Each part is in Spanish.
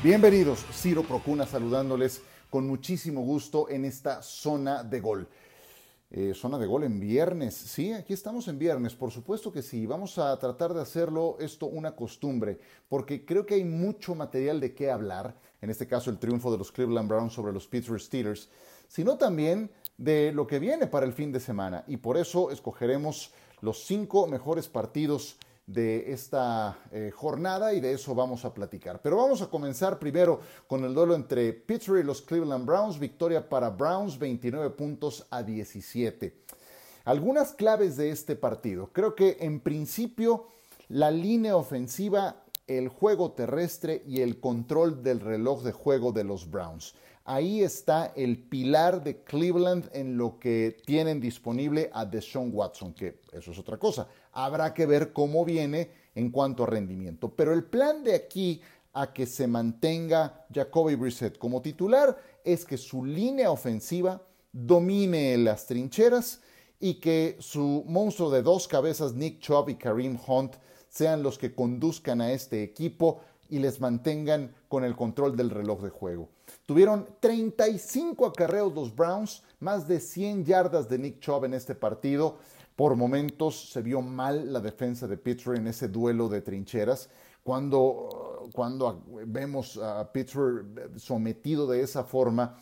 Bienvenidos, Ciro Procuna saludándoles con muchísimo gusto en esta zona de gol. Zona de gol en viernes, sí, aquí estamos en viernes, por supuesto que sí, vamos a tratar de hacerlo esto una costumbre, porque creo que hay mucho material de qué hablar, en este caso el triunfo de los Cleveland Browns sobre los Pittsburgh Steelers, sino también de lo que viene para el fin de semana, y por eso escogeremos los 5 mejores partidos de esta jornada y de eso vamos a platicar. Pero vamos a comenzar primero con el duelo entre Pittsburgh y los Cleveland Browns. Victoria para Browns, 29 puntos a 17. Algunas claves de este partido. Creo que en principio la línea ofensiva, el juego terrestre y el control del reloj de juego de los Browns. Ahí está el pilar de Cleveland en lo que tienen disponible a Deshaun Watson, que eso es otra cosa. Habrá que ver cómo viene en cuanto a rendimiento. Pero el plan de aquí a que se mantenga Jacoby Brissett como titular es que su línea ofensiva domine las trincheras y que su monstruo de 2 cabezas, Nick Chubb y Kareem Hunt, sean los que conduzcan a este equipo y les mantengan con el control del reloj de juego. Tuvieron 35 acarreos los Browns, más de 100 yardas de Nick Chubb en este partido. Por momentos se vio mal la defensa de Pittsburgh en ese duelo de trincheras. Cuando vemos a Pittsburgh sometido de esa forma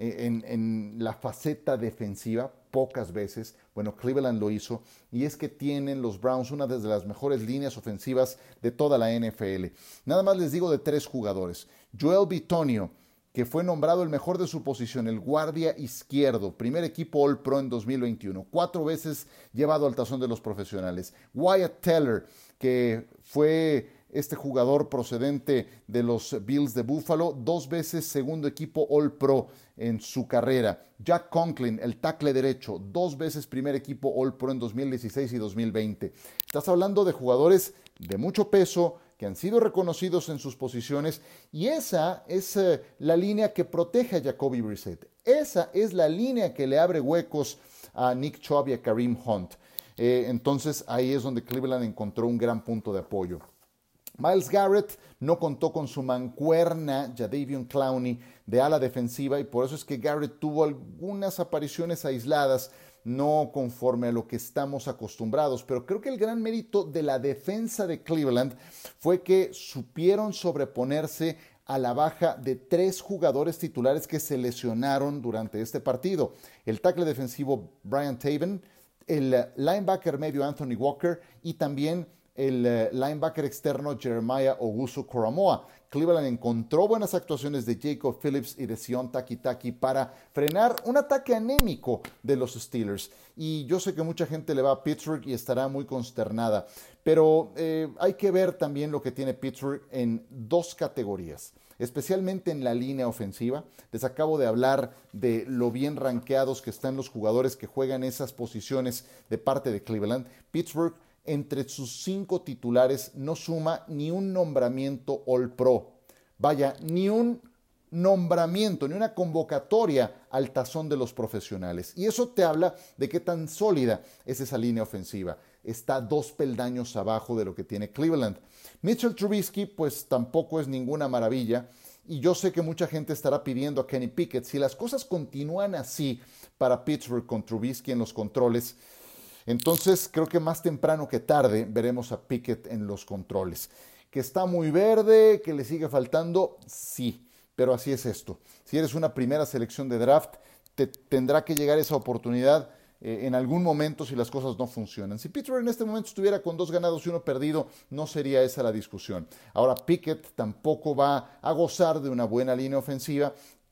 en la faceta defensiva, pocas veces, bueno, Cleveland lo hizo, y es que tienen los Browns una de las mejores líneas ofensivas de toda la NFL. Nada más les digo de 3 jugadores. Joel Bitonio, que fue nombrado el mejor de su posición, el guardia izquierdo, primer equipo All Pro en 2021, 4 veces llevado al tazón de los profesionales. Wyatt Teller, que fue este jugador procedente de los Bills de Buffalo, 2 veces segundo equipo All Pro en su carrera. Jack Conklin, el tackle derecho, 2 veces primer equipo All Pro en 2016 y 2020. Estás hablando de jugadores de mucho peso, que han sido reconocidos en sus posiciones, y esa es la línea que protege a Jacoby Brissett. Esa es la línea que le abre huecos a Nick Chubb y a Kareem Hunt. Entonces ahí es donde Cleveland encontró un gran punto de apoyo. Myles Garrett no contó con su mancuerna Jadeveon Clowney de ala defensiva, y por eso es que Garrett tuvo algunas apariciones aisladas, no conforme a lo que estamos acostumbrados, pero creo que el gran mérito de la defensa de Cleveland fue que supieron sobreponerse a la baja de 3 jugadores titulares que se lesionaron durante este partido. El tackle defensivo Brian Taven, el linebacker medio Anthony Walker y también el linebacker externo Jeremiah Owusu-Koramoah. Cleveland encontró buenas actuaciones de Jacob Phillips y de Sion Takitaki para frenar un ataque anémico de los Steelers. Y yo sé que mucha gente le va a Pittsburgh y estará muy consternada, pero hay que ver también lo que tiene Pittsburgh en 2 categorías, especialmente en la línea ofensiva. Les acabo de hablar de lo bien rankeados que están los jugadores que juegan esas posiciones de parte de Cleveland. Pittsburgh, entre sus 5 titulares, no suma ni un nombramiento All Pro. Vaya, ni un nombramiento, ni una convocatoria al tazón de los profesionales. Y eso te habla de qué tan sólida es esa línea ofensiva. Está 2 peldaños abajo de lo que tiene Cleveland. Mitchell Trubisky, pues tampoco es ninguna maravilla. Y yo sé que mucha gente estará pidiendo a Kenny Pickett. Si las cosas continúan así para Pittsburgh con Trubisky en los controles, entonces creo que más temprano que tarde veremos a Pickett en los controles. Que está muy verde, que le sigue faltando, sí, pero así es esto. Si eres una primera selección de draft, te tendrá que llegar esa oportunidad en algún momento si las cosas no funcionan. Si Pittsburgh en este momento estuviera con 2 ganados y 1 perdido, no sería esa la discusión. Ahora Pickett tampoco va a gozar de una buena línea ofensiva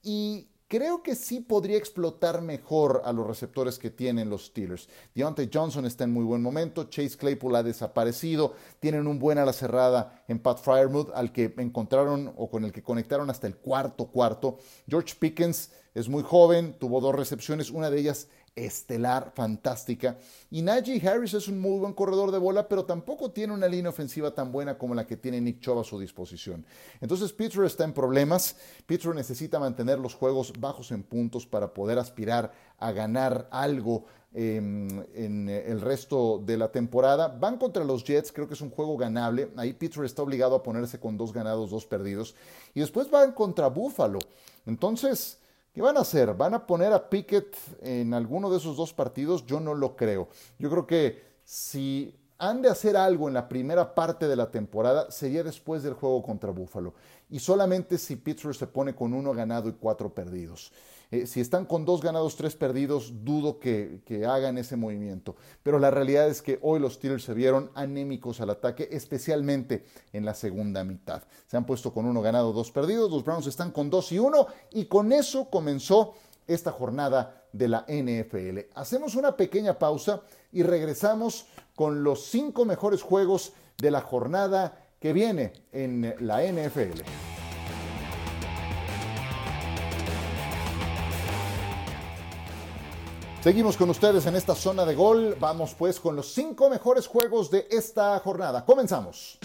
y creo que sí podría explotar mejor a los receptores que tienen los Steelers. Deontay Johnson está en muy buen momento, Chase Claypool ha desaparecido, tienen un buen ala cerrada en Pat Freiermuth, al que encontraron o con el que conectaron hasta el cuarto. George Pickens es muy joven, tuvo 2 recepciones, una de ellas estelar, fantástica. Y Najee Harris es un muy buen corredor de bola, pero tampoco tiene una línea ofensiva tan buena como la que tiene Nick Chubb a su disposición. Entonces Pittsburgh está en problemas. Pittsburgh necesita mantener los juegos bajos en puntos para poder aspirar a ganar algo en el resto de la temporada. Van contra los Jets, creo que es un juego ganable. Ahí Pittsburgh está obligado a ponerse con 2 ganados, 2 perdidos. Y después van contra Buffalo. Entonces, ¿qué van a hacer? ¿Van a poner a Pickett en alguno de esos 2 partidos? Yo no lo creo. Yo creo que si han de hacer algo en la primera parte de la temporada, sería después del juego contra Buffalo. Y solamente si Pittsburgh se pone con 1 ganado y 4 perdidos. Si están con 2 ganados, 3 perdidos, dudo que hagan ese movimiento. Pero la realidad es que hoy los Steelers se vieron anémicos al ataque, especialmente en la segunda mitad. Se han puesto con 1 ganado, 2 perdidos. Los Browns están con 2-1 y con eso comenzó esta jornada de la NFL. Hacemos una pequeña pausa y regresamos con los 5 mejores juegos de la jornada que viene en la NFL. Seguimos con ustedes en esta zona de gol. Vamos pues con los 5 mejores juegos de esta jornada. Comenzamos.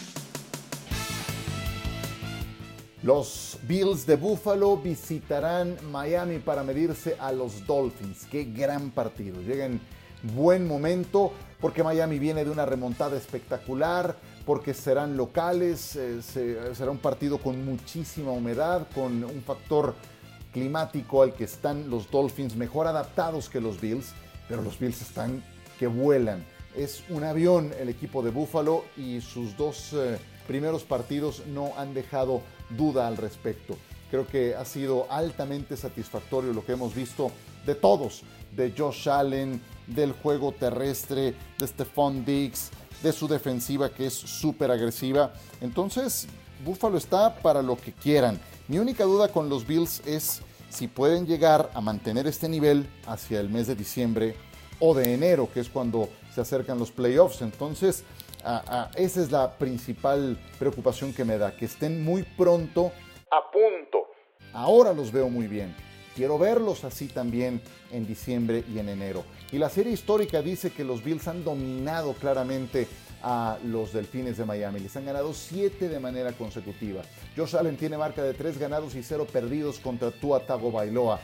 Los Bills de Buffalo visitarán Miami para medirse a los Dolphins. Qué gran partido. Llega en buen momento porque Miami viene de una remontada espectacular, porque serán locales, será un partido con muchísima humedad, con un factor climático al que están los Dolphins mejor adaptados que los Bills, pero los Bills están que vuelan. Es un avión el equipo de Buffalo y sus 2 primeros partidos no han dejado duda al respecto. Creo que ha sido altamente satisfactorio lo que hemos visto de todos, de Josh Allen, del juego terrestre, de Stephon Diggs, de su defensiva que es súper agresiva. Entonces, Buffalo está para lo que quieran. Mi única duda con los Bills es si pueden llegar a mantener este nivel hacia el mes de diciembre o de enero, que es cuando se acercan los playoffs. Entonces, esa es la principal preocupación que me da, que estén muy pronto a punto. Ahora los veo muy bien. Quiero verlos así también en diciembre y en enero. Y la serie histórica dice que los Bills han dominado claramente a los Delfines de Miami. Les han ganado 7 de manera consecutiva. Josh Allen tiene marca de 3 ganados y 0 perdidos contra Tua Tagovailoa.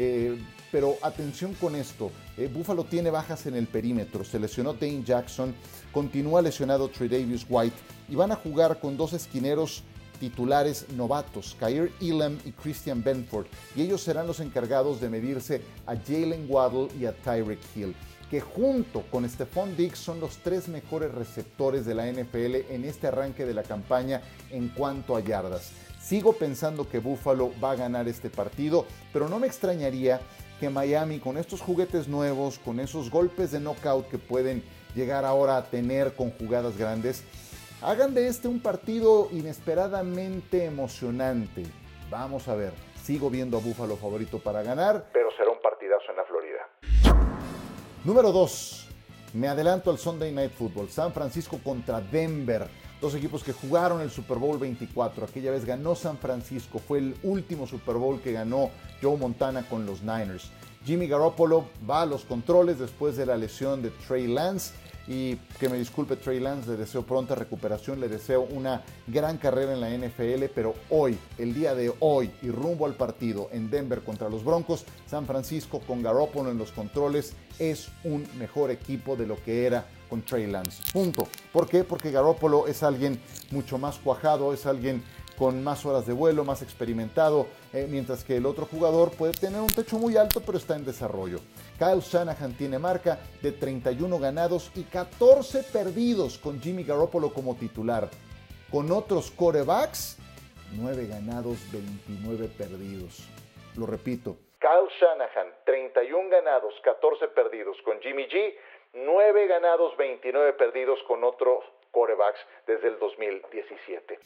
Pero atención con esto, Buffalo tiene bajas en el perímetro. Se lesionó Dane Jackson, continúa lesionado Tre'Davious White y van a jugar con 2 esquineros titulares novatos, Kaiir Elam y Christian Benford, y ellos serán los encargados de medirse a Jalen Waddle y a Tyreek Hill, que junto con Stephon Diggs son los 3 mejores receptores de la NFL en este arranque de la campaña en cuanto a yardas. Sigo pensando que Buffalo va a ganar este partido, pero no me extrañaría que Miami, con estos juguetes nuevos, con esos golpes de knockout que pueden llegar ahora a tener con jugadas grandes, hagan de este un partido inesperadamente emocionante. Vamos a ver, sigo viendo a Buffalo favorito para ganar, pero será un partidazo en la Florida. Número 2, me adelanto al Sunday Night Football, San Francisco contra Denver. 2 equipos que jugaron el Super Bowl 24, aquella vez ganó San Francisco, fue el último Super Bowl que ganó Joe Montana con los Niners. Jimmy Garoppolo va a los controles después de la lesión de Trey Lance. Y que me disculpe Trey Lance, le deseo pronta recuperación, le deseo una gran carrera en la NFL, pero hoy, el día de hoy y rumbo al partido en Denver contra los Broncos, San Francisco con Garoppolo en los controles es un mejor equipo de lo que era con Trey Lance. Punto. ¿Por qué? Porque Garoppolo es alguien mucho más cuajado, es alguien con más horas de vuelo, más experimentado, mientras que el otro jugador puede tener un techo muy alto, pero está en desarrollo. Kyle Shanahan tiene marca de 31 ganados y 14 perdidos con Jimmy Garoppolo como titular. Con otros quarterbacks, 9 ganados, 29 perdidos. Lo repito, Kyle Shanahan, 31 ganados, 14 perdidos con Jimmy G, 9 ganados, 29 perdidos con otros quarterbacks desde el 2017.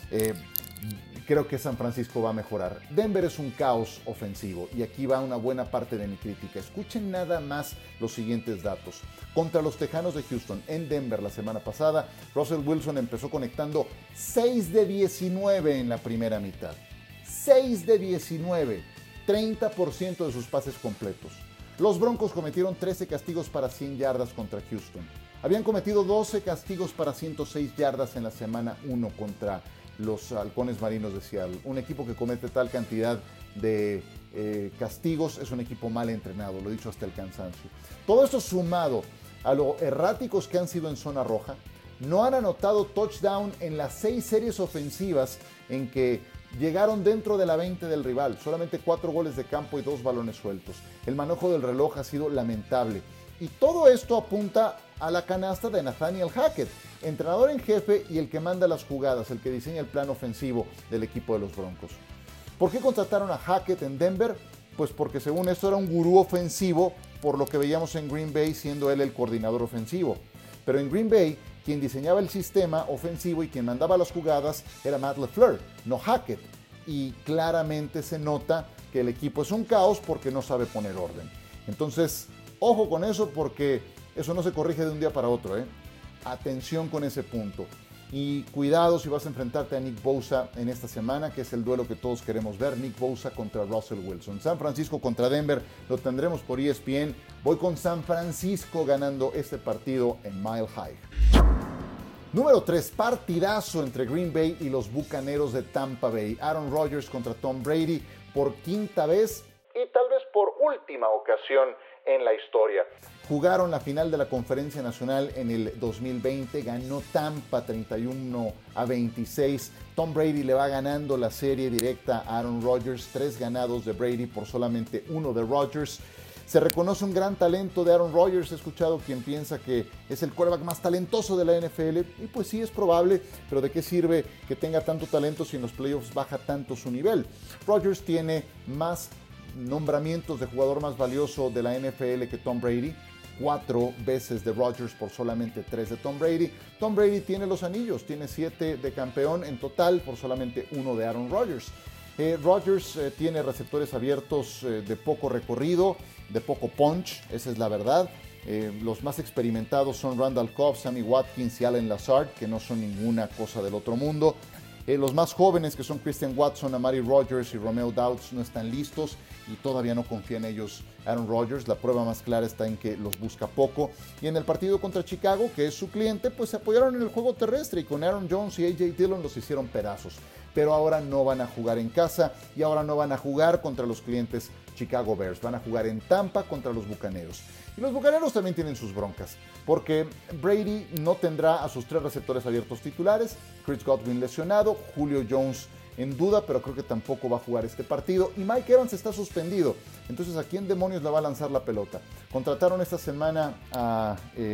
Creo que San Francisco va a mejorar. Denver es un caos ofensivo y aquí va una buena parte de mi crítica. Escuchen nada más los siguientes datos. Contra los Tejanos de Houston en Denver la semana pasada, Russell Wilson empezó conectando 6 de 19 en la primera mitad. 6 de 19, 30% de sus pases completos. Los Broncos cometieron 13 castigos para 100 yardas contra Houston. Habían cometido 12 castigos para 106 yardas en la semana 1 contra los Halcones Marinos de Seattle. Un equipo que comete tal cantidad de castigos, es un equipo mal entrenado, lo he dicho hasta el cansancio. Todo esto sumado a lo erráticos que han sido en zona roja, no han anotado touchdown en las 6 series ofensivas en que llegaron dentro de la 20 del rival, solamente 4 goles de campo y 2 balones sueltos. El manejo del reloj ha sido lamentable. Y todo esto apunta a la canasta de Nathaniel Hackett, entrenador en jefe y el que manda las jugadas, el que diseña el plan ofensivo del equipo de los Broncos. ¿Por qué contrataron a Hackett en Denver? Pues porque según esto era un gurú ofensivo, por lo que veíamos en Green Bay siendo él el coordinador ofensivo. Pero en Green Bay, quien diseñaba el sistema ofensivo y quien mandaba las jugadas era Matt LaFleur, no Hackett. Y claramente se nota que el equipo es un caos porque no sabe poner orden. Entonces, ojo con eso porque eso no se corrige de un día para otro, ¿eh? Atención con ese punto. Y cuidado si vas a enfrentarte a Nick Bosa en esta semana, que es el duelo que todos queremos ver. Nick Bosa contra Russell Wilson. San Francisco contra Denver, lo tendremos por ESPN. Voy con San Francisco ganando este partido en Mile High. Número 3, partidazo entre Green Bay y los Bucaneros de Tampa Bay. Aaron Rodgers contra Tom Brady por quinta vez y tal vez por última ocasión en la historia. Jugaron la final de la Conferencia Nacional en el 2020, ganó Tampa 31-26. Tom Brady le va ganando la serie directa a Aaron Rodgers, 3 ganados de Brady por solamente 1 de Rodgers. Se reconoce un gran talento de Aaron Rodgers. He escuchado quien piensa que es el quarterback más talentoso de la NFL. Y pues sí, es probable, pero ¿de qué sirve que tenga tanto talento si en los playoffs baja tanto su nivel? Rodgers tiene más nombramientos de jugador más valioso de la NFL que Tom Brady. 4 veces de Rodgers por solamente 3 de Tom Brady. Tom Brady tiene los anillos, tiene 7 de campeón en total por solamente 1 de Aaron Rodgers. Rodgers tiene receptores abiertos de poco recorrido, de poco punch, esa es la verdad. Los más experimentados son Randall Cobb, Sammy Watkins y Allen Lazard, que no son ninguna cosa del otro mundo. Los más jóvenes, que son Christian Watson, Amari Rodgers y Romeo Doubs, no están listos y todavía no confía en ellos Aaron Rodgers. La prueba más clara está en que los busca poco. Y en el partido contra Chicago, que es su cliente, pues se apoyaron en el juego terrestre y con Aaron Jones y A.J. Dillon los hicieron pedazos. Pero ahora no van a jugar en casa y ahora no van a jugar contra los clientes Chicago Bears. Van a jugar en Tampa contra los Bucaneros. Y los Bucaneros también tienen sus broncas, porque Brady no tendrá a sus 3 receptores abiertos titulares, Chris Godwin lesionado, Julio Jones en duda, pero creo que tampoco va a jugar este partido, y Mike Evans está suspendido. Entonces, ¿a quién demonios le va a lanzar la pelota? Contrataron esta semana a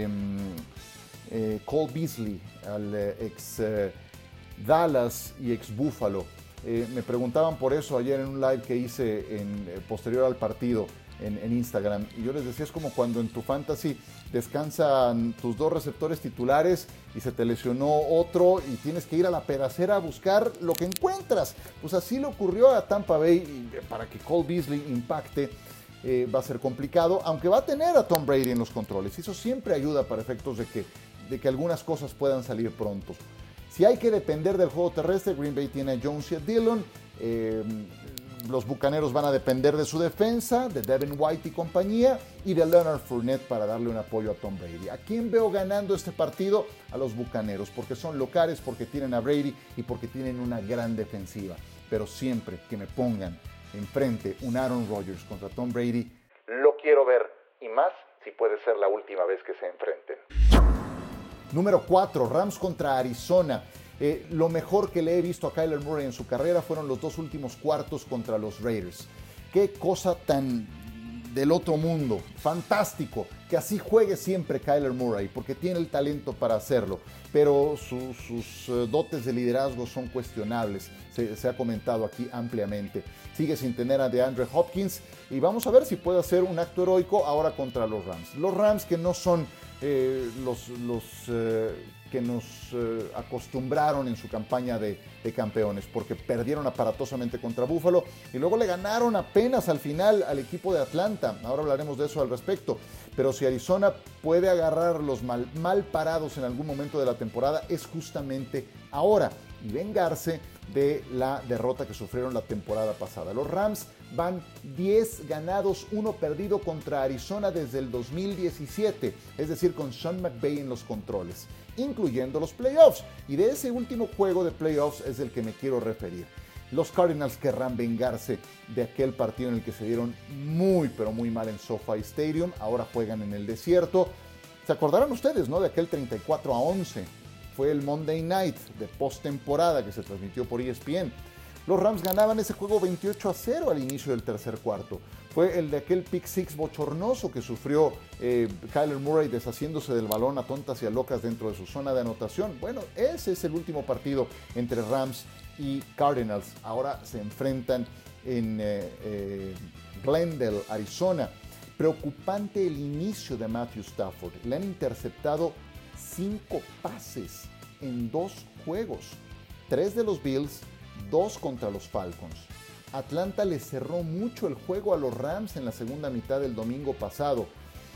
Cole Beasley, al ex Dallas y ex Buffalo. Me preguntaban por eso ayer en un live que hice posterior al partido en Instagram, y yo les decía, es como cuando en tu fantasy descansan tus 2 receptores titulares y se te lesionó otro y tienes que ir a la pedacera a buscar lo que encuentras. Pues así le ocurrió a Tampa Bay, y para que Cole Beasley impacte va a ser complicado, aunque va a tener a Tom Brady en los controles, y eso siempre ayuda para efectos de que algunas cosas puedan salir pronto. Si hay que depender del juego terrestre, Green Bay tiene a Jones y a Dillon. Los Bucaneros van a depender de su defensa, de Devin White y compañía, y de Leonard Fournette para darle un apoyo a Tom Brady. ¿A quién veo ganando este partido? A los Bucaneros, porque son locales, porque tienen a Brady y porque tienen una gran defensiva. Pero siempre que me pongan enfrente un Aaron Rodgers contra Tom Brady, lo quiero ver, y más si puede ser la última vez que se enfrenten. Número 4, Rams contra Arizona. Lo mejor que le he visto a Kyler Murray en su carrera fueron los 2 últimos cuartos contra los Raiders. Qué cosa tan del otro mundo, fantástico, que así juegue siempre Kyler Murray, porque tiene el talento para hacerlo, pero sus dotes de liderazgo son cuestionables, se ha comentado aquí ampliamente. Sigue sin tener a DeAndre Hopkins, y vamos a ver si puede hacer un acto heroico ahora contra los Rams. Los Rams, que no son que nos acostumbraron en su campaña de campeones, porque perdieron aparatosamente contra Buffalo y luego le ganaron apenas al final al equipo de Atlanta. Ahora hablaremos de eso al respecto. Pero si Arizona puede agarrar los mal parados en algún momento de la temporada, es justamente ahora, y vengarse de la derrota que sufrieron la temporada pasada. Los Rams van 10 ganados, 1 perdido contra Arizona desde el 2017, es decir, con Sean McVay en los controles, incluyendo los playoffs. Y de ese último juego de playoffs es del que me quiero referir. Los Cardinals querrán vengarse de aquel partido en el que se dieron muy, pero muy mal en SoFi Stadium. Ahora juegan en el desierto. ¿Se acordarán ustedes, no? De aquel 34-11. Fue el Monday Night de postemporada que se transmitió por ESPN. Los Rams ganaban ese juego 28-0 al inicio del tercer cuarto. Fue el de aquel pick six bochornoso que sufrió Kyler Murray deshaciéndose del balón a tontas y a locas dentro de su zona de anotación. Bueno, ese es el último partido entre Rams y Cardinals. Ahora se enfrentan en Glendale, Arizona. Preocupante el inicio de Matthew Stafford. Le han interceptado 5 pases en 2 juegos. 3 de los Bills, 2 contra los Falcons. Atlanta le cerró mucho el juego a los Rams en la segunda mitad del domingo pasado.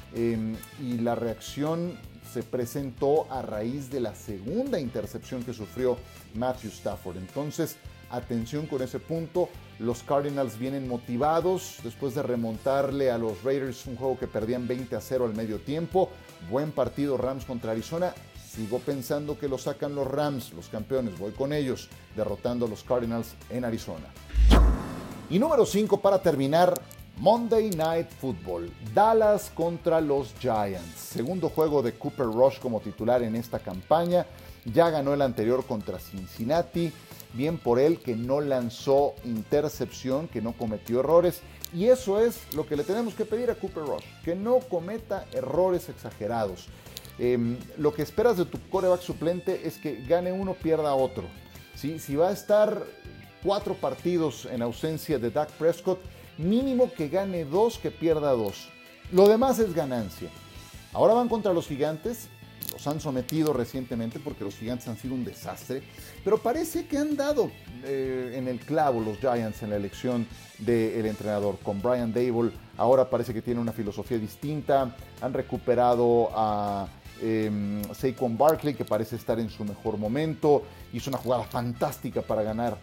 Y la reacción se presentó a raíz de la segunda intercepción que sufrió Matthew Stafford. Entonces, atención con ese punto. Los Cardinals vienen motivados después de remontarle a los Raiders un juego que perdían 20-0 al medio tiempo. Buen partido Rams contra Arizona. Sigo pensando que lo sacan los Rams, los campeones. Voy con ellos, derrotando a los Cardinals en Arizona. Y número 5 para terminar, Monday Night Football. Dallas contra los Giants. Segundo juego de Cooper Rush como titular en esta campaña. Ya ganó el anterior contra Cincinnati. Bien por él, que no lanzó intercepción, que no cometió errores. Y eso es lo que le tenemos que pedir a Cooper Rush, que no cometa errores exagerados. Lo que esperas de tu quarterback suplente es que gane uno, pierda otro. ¿Sí? Si va a estar 4 partidos en ausencia de Dak Prescott, mínimo que gane 2, que pierda 2. Lo demás es ganancia. Ahora van contra los Gigantes. Los han sometido recientemente porque los Gigantes han sido un desastre, pero parece que han dado en el clavo los Giants en la elección del entrenador. Con Brian Daboll ahora parece que tiene una filosofía distinta. Han recuperado a Saquon Barkley, que parece estar en su mejor momento. Hizo una jugada fantástica para ganar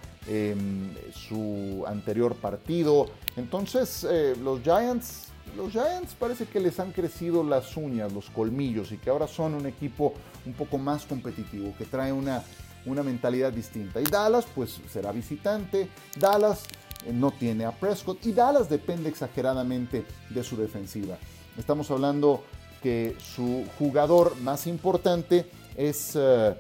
su anterior partido. Entonces los Giants parece que les han crecido las uñas, los colmillos, y que ahora son un equipo un poco más competitivo, que trae una mentalidad distinta. Y Dallas pues será visitante. Dallas no tiene a Prescott y Dallas depende exageradamente de su defensiva. Estamos hablando que su jugador más importante es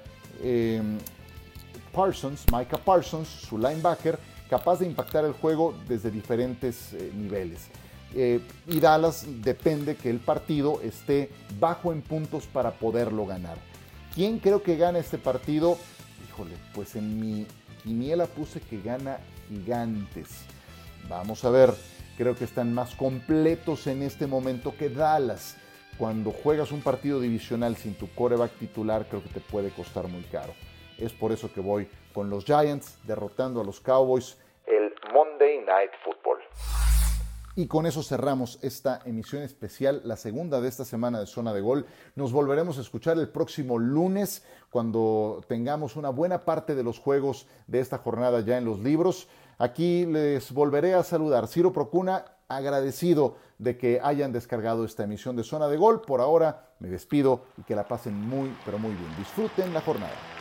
Micah Parsons, su linebacker, capaz de impactar el juego desde diferentes niveles. Y Dallas depende que el partido esté bajo en puntos para poderlo ganar. ¿Quién creo que gana este partido? Híjole, pues en mi quiniela puse que gana Gigantes. Vamos a ver, creo que están más completos en este momento que Dallas. Cuando juegas un partido divisional sin tu quarterback titular, creo que te puede costar muy caro. Es por eso que voy con los Giants, derrotando a los Cowboys el Monday Night Football. Y con eso cerramos esta emisión especial, la segunda de esta semana de Zona de Gol. Nos volveremos a escuchar el próximo lunes, cuando tengamos una buena parte de los juegos de esta jornada ya en los libros. Aquí les volveré a saludar. Ciro Procuna, agradecido de que hayan descargado esta emisión de Zona de Gol. Por ahora me despido y que la pasen muy, pero muy bien. Disfruten la jornada.